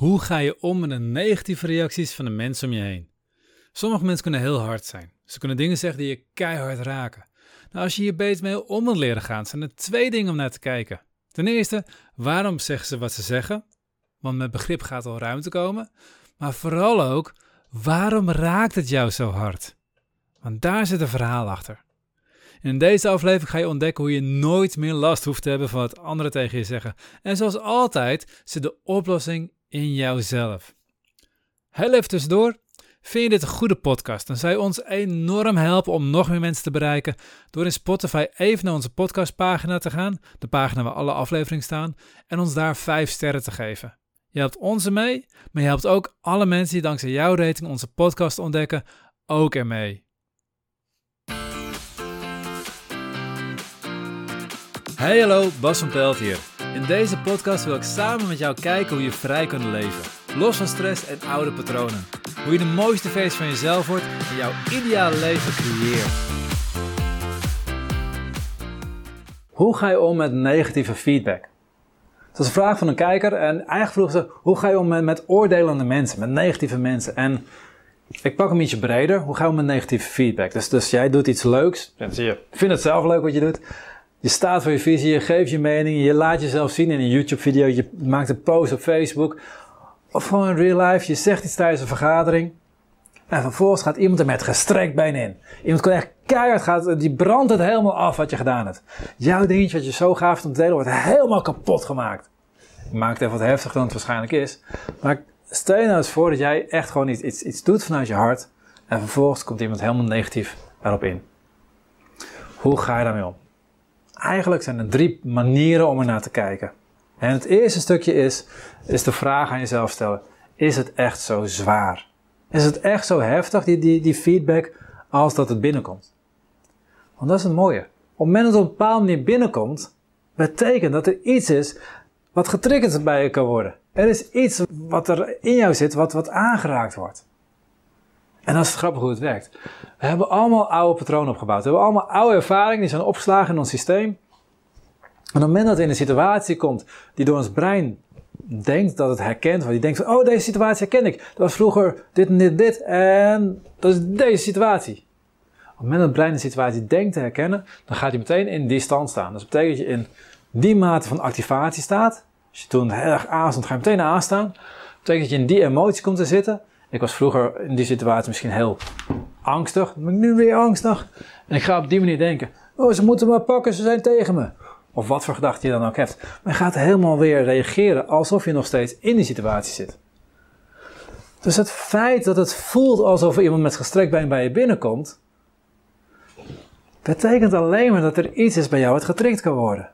Hoe ga je om met de negatieve reacties van de mensen om je heen? Sommige mensen kunnen heel hard zijn. Ze kunnen dingen zeggen die je keihard raken. Nou, als je hier beter mee om wilt leren gaan, zijn er 2 dingen om naar te kijken. Ten eerste, waarom zeggen ze wat ze zeggen? Want met begrip gaat al ruimte komen. Maar vooral ook, waarom raakt het jou zo hard? Want daar zit een verhaal achter. In deze aflevering ga je ontdekken hoe je nooit meer last hoeft te hebben van wat anderen tegen je zeggen. En zoals altijd zit de oplossing in jouzelf. Heel even tussendoor. Vind je dit een goede podcast? Dan zou je ons enorm helpen om nog meer mensen te bereiken door in Spotify even naar onze podcastpagina te gaan, de pagina waar alle afleveringen staan, en ons daar 5 sterren te geven. Je helpt ons ermee, maar je helpt ook alle mensen die dankzij jouw rating onze podcast ontdekken ook ermee. Hey hallo, Bas van Pelt hier. In deze podcast wil ik samen met jou kijken hoe je vrij kunt leven. Los van stress en oude patronen. Hoe je de mooiste versie van jezelf wordt en jouw ideale leven creëert. Hoe ga je om met negatieve feedback? Dat is een vraag van een kijker en eigenlijk vroeg ze, hoe ga je om met oordelende mensen, met negatieve mensen? En ik pak hem ietsje breder, hoe ga je om met negatieve feedback? Dus jij doet iets leuks, je vindt het zelf leuk wat je doet. Je staat voor je visie, je geeft je mening, je laat jezelf zien in een YouTube-video, je maakt een post op Facebook. Of gewoon in real life, je zegt iets tijdens een vergadering. En vervolgens gaat iemand er met gestrekt been in. Iemand kan echt keihard, die brandt het helemaal af wat je gedaan hebt. Jouw dingetje wat je zo gaaf hebt om te delen, wordt helemaal kapot gemaakt. Ik maak het even wat heftiger dan het waarschijnlijk is. Maar stel je nou eens voor dat jij echt gewoon iets doet vanuit je hart. En vervolgens komt iemand helemaal negatief erop in. Hoe ga je daarmee om? Eigenlijk zijn er 3 manieren om er naar te kijken. En het eerste stukje is de vraag aan jezelf stellen. Is het echt zo zwaar? Is het echt zo heftig, die feedback, als dat het binnenkomt? Want dat is het mooie. Op het moment dat het op een bepaalde manier binnenkomt, betekent dat er iets is wat getriggerd bij je kan worden. Er is iets wat er in jou zit, wat aangeraakt wordt. En dat is grappig hoe het werkt. We hebben allemaal oude patronen opgebouwd. We hebben allemaal oude ervaringen, die zijn opgeslagen in ons systeem. En op het moment dat er in een situatie komt die door ons brein denkt dat het herkent, want die denkt van, oh, deze situatie herken ik. Dat was vroeger dit en dit en dat is deze situatie. Op het moment dat het brein een situatie denkt te herkennen, dan gaat hij meteen in die stand staan. Dus dat betekent dat je in die mate van activatie staat. Als je toen heel erg aanstond, ga je meteen aanstaan. Dat betekent dat je in die emotie komt te zitten. Ik was vroeger in die situatie misschien heel angstig. Dan ben ik nu weer angstig. En ik ga op die manier denken, oh, ze moeten me pakken, ze zijn tegen me. Of wat voor gedachte je dan ook hebt. Maar je gaat helemaal weer reageren alsof je nog steeds in die situatie zit. Dus het feit dat het voelt alsof er iemand met gestrekt been bij je binnenkomt, betekent alleen maar dat er iets is bij jou wat getriggerd kan worden.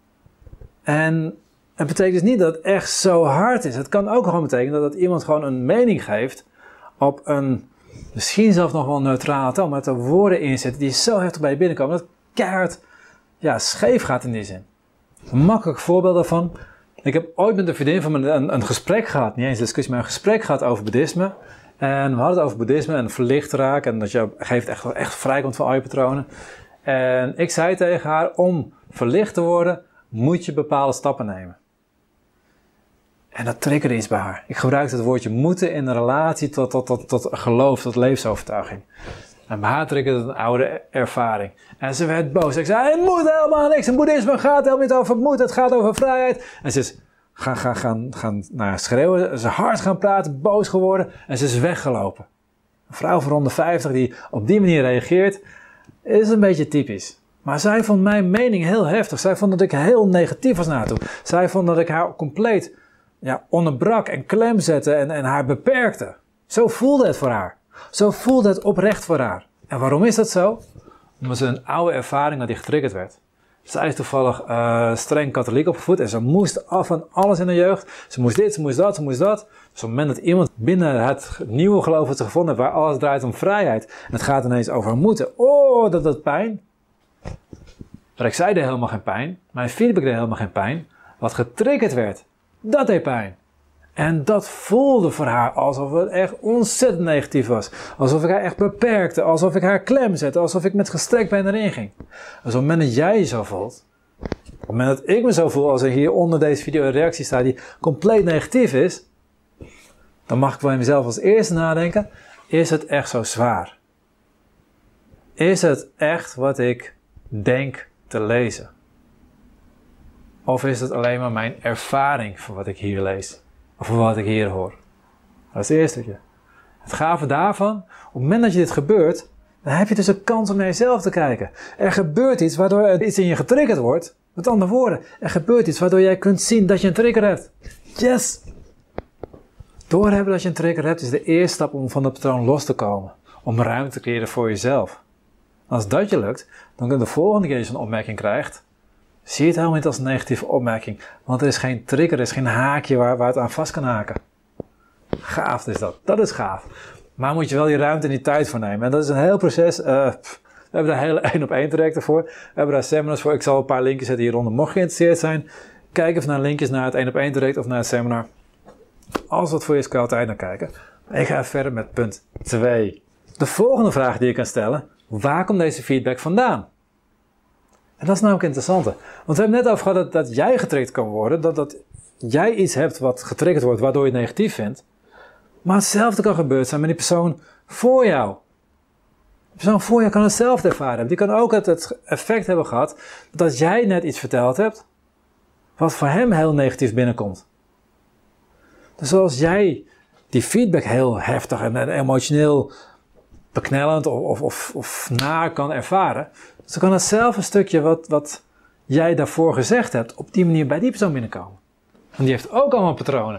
En het betekent dus niet dat het echt zo hard is. Het kan ook gewoon betekenen dat iemand gewoon een mening geeft op een misschien zelfs nog wel neutrale toon, maar dat er woorden in zitten die zo heftig bij je binnenkomen dat het keihard scheef gaat in die zin. Een makkelijk voorbeeld daarvan. Ik heb ooit met een vriendin van me een gesprek gehad, niet eens een discussie, maar een gesprek gehad over boeddhisme. En we hadden het over boeddhisme en verlicht raken en dat je geeft echt vrijkomt van al je patronen. En ik zei tegen haar, om verlicht te worden, moet je bepaalde stappen nemen. En dat triggerde iets bij haar. Ik gebruikte het woordje moeten in een relatie tot geloof, tot levensovertuiging. En bij haar triggerde het een oude ervaring. En ze werd boos. Ik zei, het moet helemaal niks. En boeddhisme gaat helemaal niet over moed. Het gaat over vrijheid. En ze is gaan schreeuwen. Ze is hard gaan praten, boos geworden. En ze is weggelopen. Een vrouw van rond de 50 die op die manier reageert, is een beetje typisch. Maar zij vond mijn mening heel heftig. Zij vond dat ik heel negatief was naartoe. Zij vond dat ik haar compleet onderbrak en klem zette en haar beperkte. Zo voelde het voor haar. Zo voelde het oprecht voor haar. En waarom is dat zo? Omdat ze een oude ervaring had die getriggerd werd. Zij is toevallig streng katholiek opgevoed en ze moest af van alles in de jeugd. Ze moest dit, ze moest dat, ze moest dat. Dus op het moment dat iemand binnen het nieuwe geloof wat ze gevonden heeft, waar alles draait om vrijheid, en het gaat ineens over moeten, oh, dat pijn. Maar ik zei deed helemaal geen pijn. Mijn feedback deed helemaal geen pijn. Wat getriggerd werd, dat deed pijn. En dat voelde voor haar alsof het echt ontzettend negatief was. Alsof ik haar echt beperkte. Alsof ik haar klem zette. Alsof ik met gestrekt been erin ging. Dus op het moment dat jij je zo voelt. Op het moment dat ik me zo voel als er hier onder deze video een reactie staat die compleet negatief is. dan mag ik bij mezelf als eerste nadenken, is het echt zo zwaar? Is het echt wat ik denk te lezen? Of is het alleen maar mijn ervaring van wat ik hier lees? Of van wat ik hier hoor? Dat is het eerste. Het gave daarvan, op het moment dat je dit gebeurt, dan heb je dus een kans om naar jezelf te kijken. Er gebeurt iets waardoor er iets in je getriggerd wordt. Met andere woorden, er gebeurt iets waardoor jij kunt zien dat je een trigger hebt. Yes! Doorhebben dat je een trigger hebt is de eerste stap om van dat patroon los te komen. Om ruimte te creëren voor jezelf. Als dat je lukt, dan kun je de volgende keer als je een opmerking krijgt, zie je het helemaal niet als een negatieve opmerking. Want er is geen trigger, er is geen haakje waar het aan vast kan haken. Gaaf is dat. Dat is gaaf. Maar moet je wel die ruimte en die tijd voor nemen. En dat is een heel proces. We hebben daar hele 1-op-1 trajecten voor. We hebben daar seminars voor. Ik zal een paar linkjes zetten hieronder. Mocht je geïnteresseerd zijn, kijk even naar linkjes naar het 1-op-1 traject of naar het seminar. Als dat voor je is, kan je altijd naar kijken. Ik ga even verder met punt 2. De volgende vraag die je kan stellen. Waar komt deze feedback vandaan? En dat is namelijk interessant. Want we hebben net over gehad dat jij getriggerd kan worden. Dat jij iets hebt wat getriggerd wordt waardoor je het negatief vindt. Maar hetzelfde kan gebeurd zijn met die persoon voor jou. De persoon voor jou kan hetzelfde ervaren hebben. Die kan ook het effect hebben gehad dat jij net iets verteld hebt wat voor hem heel negatief binnenkomt. Dus zoals jij die feedback heel heftig en emotioneel beknellend of naar kan ervaren, dus dan kan hetzelfde stukje wat jij daarvoor gezegd hebt op die manier bij die persoon binnenkomen. Want die heeft ook allemaal patronen.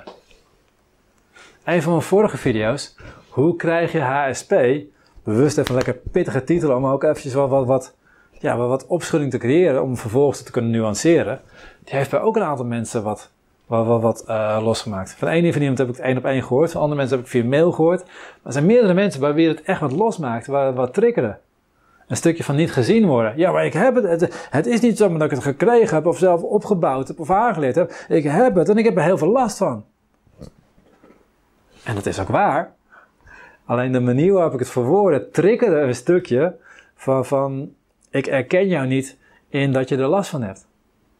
Een van mijn vorige video's, hoe krijg je HSP, bewust even een lekker pittige titel om ook eventjes wat opschudding te creëren om vervolgens te kunnen nuanceren. Die heeft bij ook een aantal mensen wat losgemaakt. Van één van iemand heb ik het 1-op-1 gehoord, van andere mensen heb ik via mail gehoord. Maar er zijn meerdere mensen bij wie het echt wat losmaakt, wat triggeren. Een stukje van niet gezien worden. Ja, maar ik heb het. Het is niet zomaar dat ik het gekregen heb of zelf opgebouwd heb of aangeleerd heb. Ik heb het en ik heb er heel veel last van. En dat is ook waar. Alleen de manier waarop ik het verwoordde triggerde een stukje van ik erken jou niet in dat je er last van hebt.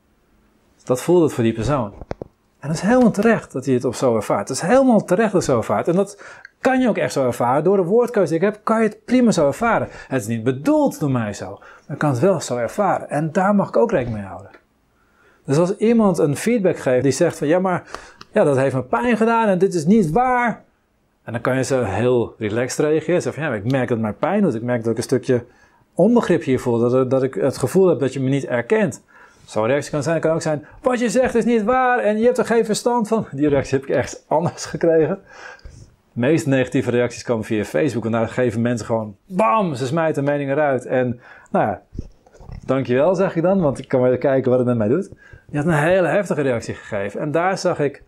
Dat voelt het voor die persoon. En dat is helemaal terecht dat hij het op zo ervaart. Dat is helemaal terecht dat hij zo ervaart. En dat kan je ook echt zo ervaren. Door de woordkeuze die ik heb, kan je het prima zo ervaren. Het is niet bedoeld door mij zo. Maar ik kan het wel zo ervaren. En daar mag ik ook rekening mee houden. Dus als iemand een feedback geeft die zegt van ja, dat heeft me pijn gedaan en dit is niet waar. En dan kan je zo heel relaxed reageren. Zeg van ja, ik merk dat het mij pijn doet. Ik merk dat ik een stukje onbegrip hier voel. Dat ik het gevoel heb dat je me niet erkent. Zo'n reactie kan zijn. Het kan ook zijn, wat je zegt is niet waar en je hebt er geen verstand van. Die reactie heb ik echt anders gekregen. De meest negatieve reacties komen via Facebook. En daar geven mensen gewoon, bam, ze smijten meningen eruit. En nou ja, dankjewel zeg ik dan, want ik kan weer kijken wat het met mij doet. Die had een hele heftige reactie gegeven. En daar zag ik,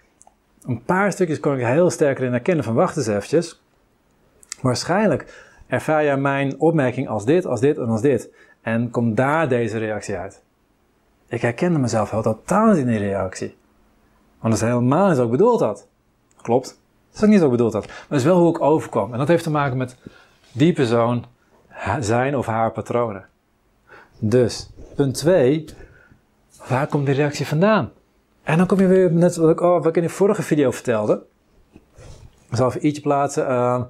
een paar stukjes kon ik heel sterker in herkennen van wacht eens eventjes. Waarschijnlijk ervaar jij mijn opmerking als dit en als dit. En komt daar deze reactie uit. Ik herkende mezelf heel totaal niet in die reactie. Want dat is helemaal niet wat ik bedoeld had. Klopt. Dat is ook niet wat ik bedoeld had. Maar dat is wel hoe ik overkwam. En dat heeft te maken met die persoon, zijn of haar patronen. Dus, punt 2. Waar komt die reactie vandaan? En dan kom je weer net wat ik in de vorige video vertelde. Ik zal even ietsje plaatsen.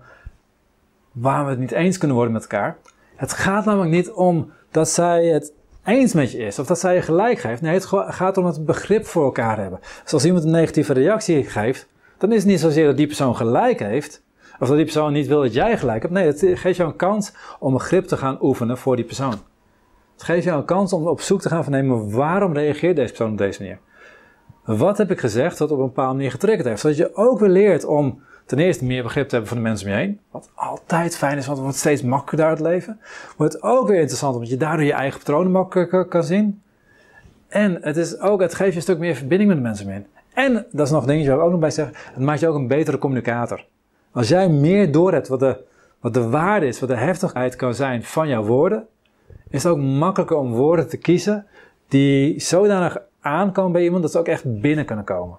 Waar we het niet eens kunnen worden met elkaar. Het gaat namelijk niet om dat zij het eens met je is. Of dat zij je gelijk geeft. Nee, het gaat om het begrip voor elkaar hebben. Dus als iemand een negatieve reactie geeft. Dan is het niet zozeer dat die persoon gelijk heeft. Of dat die persoon niet wil dat jij gelijk hebt. Nee, het geeft jou een kans om een grip te gaan oefenen voor die persoon. Het geeft jou een kans om op zoek te gaan vernemen waarom reageert deze persoon op deze manier. Wat heb ik gezegd wat op een bepaalde manier getriggerd heeft. Zodat je ook weer leert om ten eerste meer begrip te hebben van de mensen om je heen. Wat altijd fijn is, want het wordt steeds makkelijker daar het leven. Wordt ook weer interessant omdat je daardoor je eigen patronen makkelijker kan zien. En het geeft je een stuk meer verbinding met de mensen om je heen. En, dat is nog een dingetje waar ik ook nog bij zeg, het maakt je ook een betere communicator. Als jij meer doorhebt wat de waarde is, wat de heftigheid kan zijn van jouw woorden, is het ook makkelijker om woorden te kiezen die zodanig aankomen bij iemand dat ze ook echt binnen kunnen komen.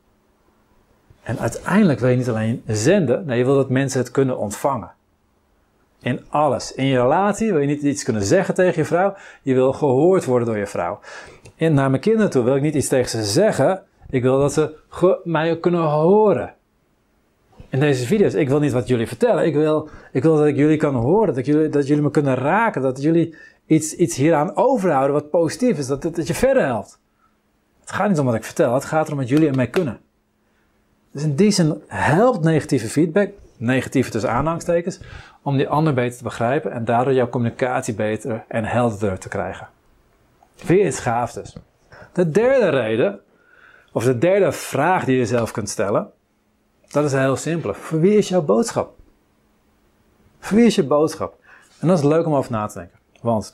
En uiteindelijk wil je niet alleen zenden, nee, je wil dat mensen het kunnen ontvangen. In alles. In je relatie wil je niet iets kunnen zeggen tegen je vrouw, je wil gehoord worden door je vrouw. En naar mijn kinderen toe wil ik niet iets tegen ze zeggen, ik wil dat ze mij ook kunnen horen. in deze video's. Ik wil niet wat jullie vertellen. Ik wil dat ik jullie kan horen. Dat jullie me kunnen raken. Dat jullie iets hieraan overhouden wat positief is. Dat je verder helpt. Het gaat niet om wat ik vertel. Het gaat erom wat jullie ermee kunnen. Dus in die zin helpt negatieve feedback, negatieve tussen aanhalingstekens, om die ander beter te begrijpen en daardoor jouw communicatie beter en helderder te krijgen. Weer iets gaafs dus. De derde reden, of de derde vraag die je zelf kunt stellen, dat is heel simpel. Voor wie is jouw boodschap? Voor wie is je boodschap? En dat is leuk om over na te denken. Want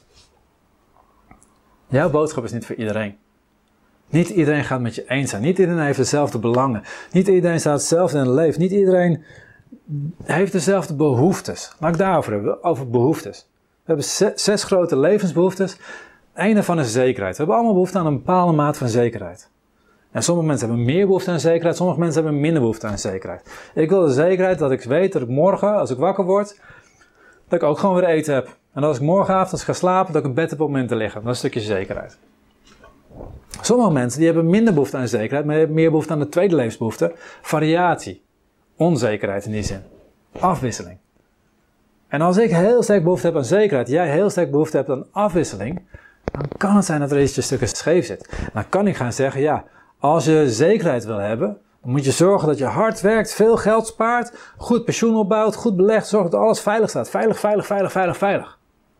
jouw boodschap is niet voor iedereen. Niet iedereen gaat het met je eens zijn. Niet iedereen heeft dezelfde belangen. Niet iedereen staat hetzelfde in het leven. Niet iedereen heeft dezelfde behoeftes. Laat ik daarover hebben, over behoeftes. We hebben 6 grote levensbehoeftes. Eén daarvan is zekerheid. We hebben allemaal behoefte aan een bepaalde mate van zekerheid. En sommige mensen hebben meer behoefte aan zekerheid. Sommige mensen hebben minder behoefte aan zekerheid. Ik wil de zekerheid dat ik weet dat ik morgen, als ik wakker word, dat ik ook gewoon weer eten heb. En als ik morgenavond, als ik ga slapen, dat ik een bed heb om in te liggen. Dat is een stukje zekerheid. Sommige mensen die hebben minder behoefte aan zekerheid, maar hebben meer behoefte aan de tweede levensbehoefte. Variatie. Onzekerheid in die zin. Afwisseling. En als ik heel sterk behoefte heb aan zekerheid, jij heel sterk behoefte hebt aan afwisseling, dan kan het zijn dat er iets stukken scheef zit. Dan kan ik gaan zeggen, ja, als je zekerheid wil hebben, dan moet je zorgen dat je hard werkt, veel geld spaart, goed pensioen opbouwt, goed belegt, zorgt dat alles veilig staat. Veilig, veilig, veilig, veilig, veilig.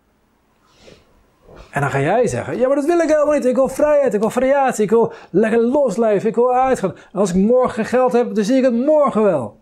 En dan ga jij zeggen, ja, maar dat wil ik helemaal niet. Ik wil vrijheid, ik wil variatie, ik wil lekker losleven, ik wil uitgaan. En als ik morgen geen geld heb, dan zie ik het morgen wel.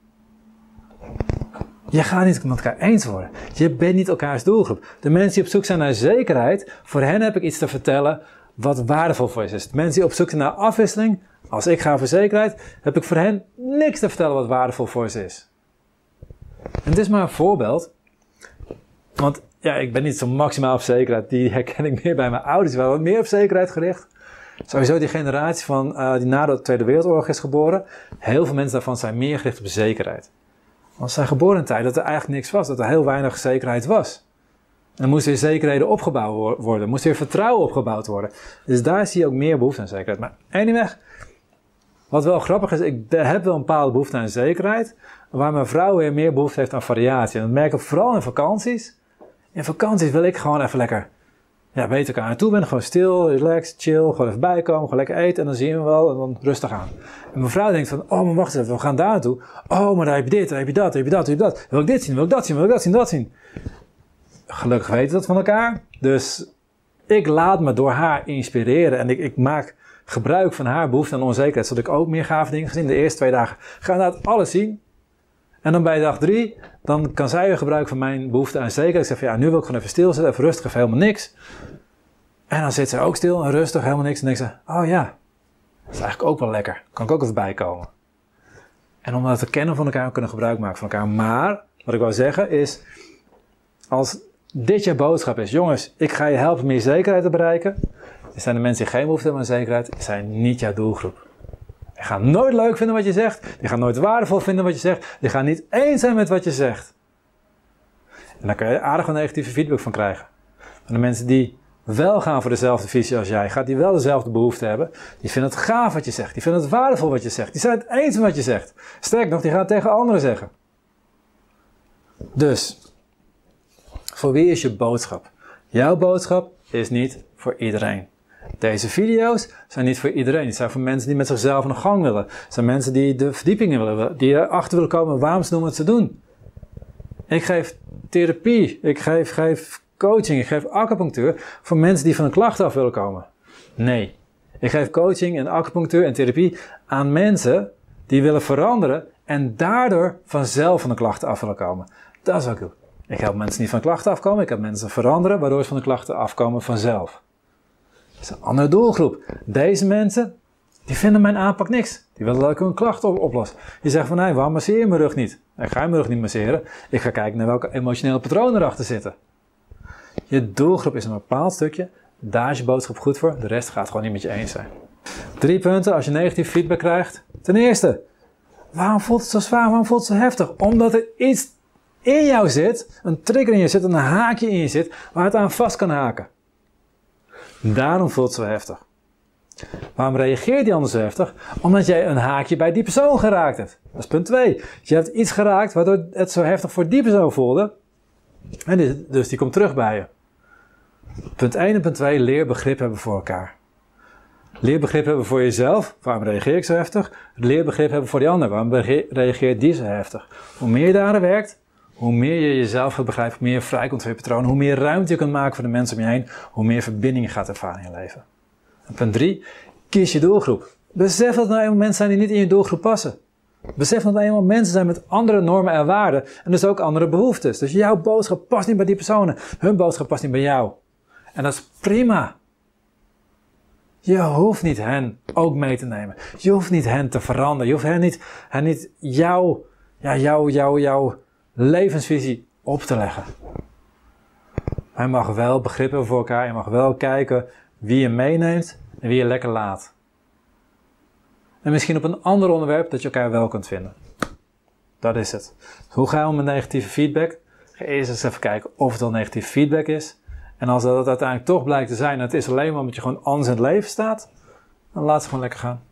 Je gaat niet met elkaar eens worden. Je bent niet elkaars doelgroep. De mensen die op zoek zijn naar zekerheid, voor hen heb ik iets te vertellen wat waardevol voor je is. De mensen die op zoek zijn naar afwisseling, als ik ga voor zekerheid, heb ik voor hen niks te vertellen wat waardevol voor ze is. En dit is maar een voorbeeld. Want ja, ik ben niet zo maximaal op zekerheid. Die herken ik meer bij mijn ouders. Die waren wat meer op zekerheid gericht. Sowieso die generatie van die na de Tweede Wereldoorlog is geboren. Heel veel mensen daarvan zijn meer gericht op zekerheid. Want ze zijn geboren in een tijd dat er eigenlijk niks was. Dat er heel weinig zekerheid was. En dan moesten weer zekerheden opgebouwd worden. Moest weer vertrouwen opgebouwd worden. Dus daar zie je ook meer behoefte aan zekerheid. Maar anyway, wat wel grappig is, ik heb wel een bepaalde behoefte aan zekerheid. Waar mijn vrouw weer meer behoefte heeft aan variatie. En dat merk ik vooral in vakanties. In vakanties wil ik gewoon even lekker, ja, weet ik aan het toe ben. Gewoon stil, relaxed, chill, gewoon even bijkomen, gewoon lekker eten. En dan zien we wel en dan rustig aan. En mijn vrouw denkt van, oh, maar wacht even, we gaan daar naartoe. Oh, maar daar heb je dit, daar heb je dat, daar heb je dat, daar heb je dat. Wil ik dit zien, wil ik dat zien, wil ik dat zien, dat zien. Gelukkig weten we dat van elkaar. Dus ik laat me door haar inspireren. En ik maak gebruik van haar behoefte aan onzekerheid. Zodat ik ook meer gave dingen gezien. De eerste 2 dagen ga inderdaad alles zien. En dan bij dag 3, dan kan zij weer gebruik van mijn behoefte aan zekerheid. Ik zeg van ja, nu wil ik gewoon even stilzitten, even rustig, even helemaal niks. En dan zit ze ook stil en rustig, helemaal niks. En dan denkt ze, oh ja, dat is eigenlijk ook wel lekker. Kan ik ook even bijkomen. En omdat we kennen van elkaar, we kunnen gebruik maken van elkaar. Maar, wat ik wou zeggen is, als dit je boodschap is, jongens, ik ga je helpen meer zekerheid te bereiken. Er zijn de mensen die geen behoefte hebben aan zekerheid, zijn niet jouw doelgroep. Die gaan nooit leuk vinden wat je zegt. Die gaan nooit waardevol vinden wat je zegt. Die gaan niet eens zijn met wat je zegt. En daar kan je aardig wat negatieve feedback van krijgen. Maar de mensen die wel gaan voor dezelfde visie als jij, die wel dezelfde behoefte hebben, die vinden het gaaf wat je zegt. Die vinden het waardevol wat je zegt. Die zijn het eens met wat je zegt. Sterk nog, die gaan het tegen anderen zeggen. Dus, voor wie is je boodschap? Jouw boodschap is niet voor iedereen. Deze video's zijn niet voor iedereen. Die zijn voor mensen die met zichzelf aan de gang willen. Het zijn mensen die de verdiepingen willen, die erachter willen komen waarom ze doen wat ze doen. Ik geef therapie, ik geef coaching, ik geef acupunctuur voor mensen die van een klacht af willen komen. Nee, ik geef coaching en acupunctuur en therapie aan mensen die willen veranderen en daardoor vanzelf van de klachten af willen komen. Dat is wat ik doe. Ik help mensen die van de klachten afkomen, ik help mensen veranderen waardoor ze van de klachten afkomen vanzelf. Dat is een andere doelgroep. Deze mensen, die vinden mijn aanpak niks. Die willen dat ik hun klachten oplos. Die zeggen van, nee, waarom masseer je mijn rug niet? Ik ga je mijn rug niet masseren. Ik ga kijken naar welke emotionele patronen erachter zitten. Je doelgroep is een bepaald stukje. Daar is je boodschap goed voor. De rest gaat gewoon niet met je eens zijn. 3 punten als je negatief feedback krijgt. Ten eerste, waarom voelt het zo zwaar? Waarom voelt het zo heftig? Omdat er iets in jou zit, een trigger in je zit, een haakje in je zit, waar het aan vast kan haken. Daarom voelt het zo heftig. Waarom reageert die ander zo heftig? Omdat jij een haakje bij die persoon geraakt hebt. Dat is punt 2. Je hebt iets geraakt waardoor het zo heftig voor die persoon voelde. En dus die komt terug bij je. Punt 1 en punt 2, leer begrip hebben voor elkaar. Leer begrip hebben voor jezelf. Waarom reageer ik zo heftig? Leer begrip hebben voor die ander. Waarom reageert die zo heftig? Hoe meer je daaraan werkt, hoe meer je jezelf gaat begrijpen, hoe meer je vrijkomt van je patroon, hoe meer ruimte je kunt maken voor de mensen om je heen, hoe meer verbinding je gaat ervaren in je leven. En punt 3, kies je doelgroep. Besef dat er nou eenmaal mensen zijn die niet in je doelgroep passen. Besef dat er eenmaal mensen zijn met andere normen en waarden en dus ook andere behoeftes. Dus jouw boodschap past niet bij die personen, hun boodschap past niet bij jou. En dat is prima. Je hoeft niet hen ook mee te nemen. Je hoeft niet hen te veranderen. Je hoeft hen niet jouw levensvisie op te leggen. Maar je mag wel begrip hebben voor elkaar. Je mag wel kijken wie je meeneemt en wie je lekker laat. En misschien op een ander onderwerp dat je elkaar wel kunt vinden. Dat is het. Hoe ga je om met negatieve feedback? Ga eerst eens even kijken of het al negatieve feedback is. En als dat uiteindelijk toch blijkt te zijn en het is alleen maar omdat je gewoon anders in het leven staat, dan laat het gewoon lekker gaan.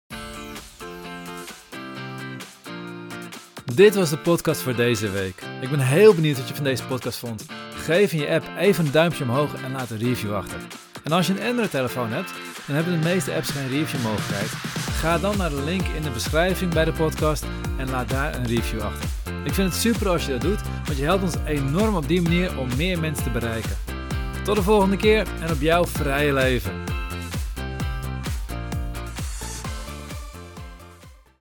Dit was de podcast voor deze week. Ik ben heel benieuwd wat je van deze podcast vond. Geef in je app even een duimpje omhoog en laat een review achter. En als je een Android-telefoon hebt, dan hebben de meeste apps geen review-mogelijkheid. Ga dan naar de link in de beschrijving bij de podcast en laat daar een review achter. Ik vind het super als je dat doet, want je helpt ons enorm op die manier om meer mensen te bereiken. Tot de volgende keer en op jouw vrije leven.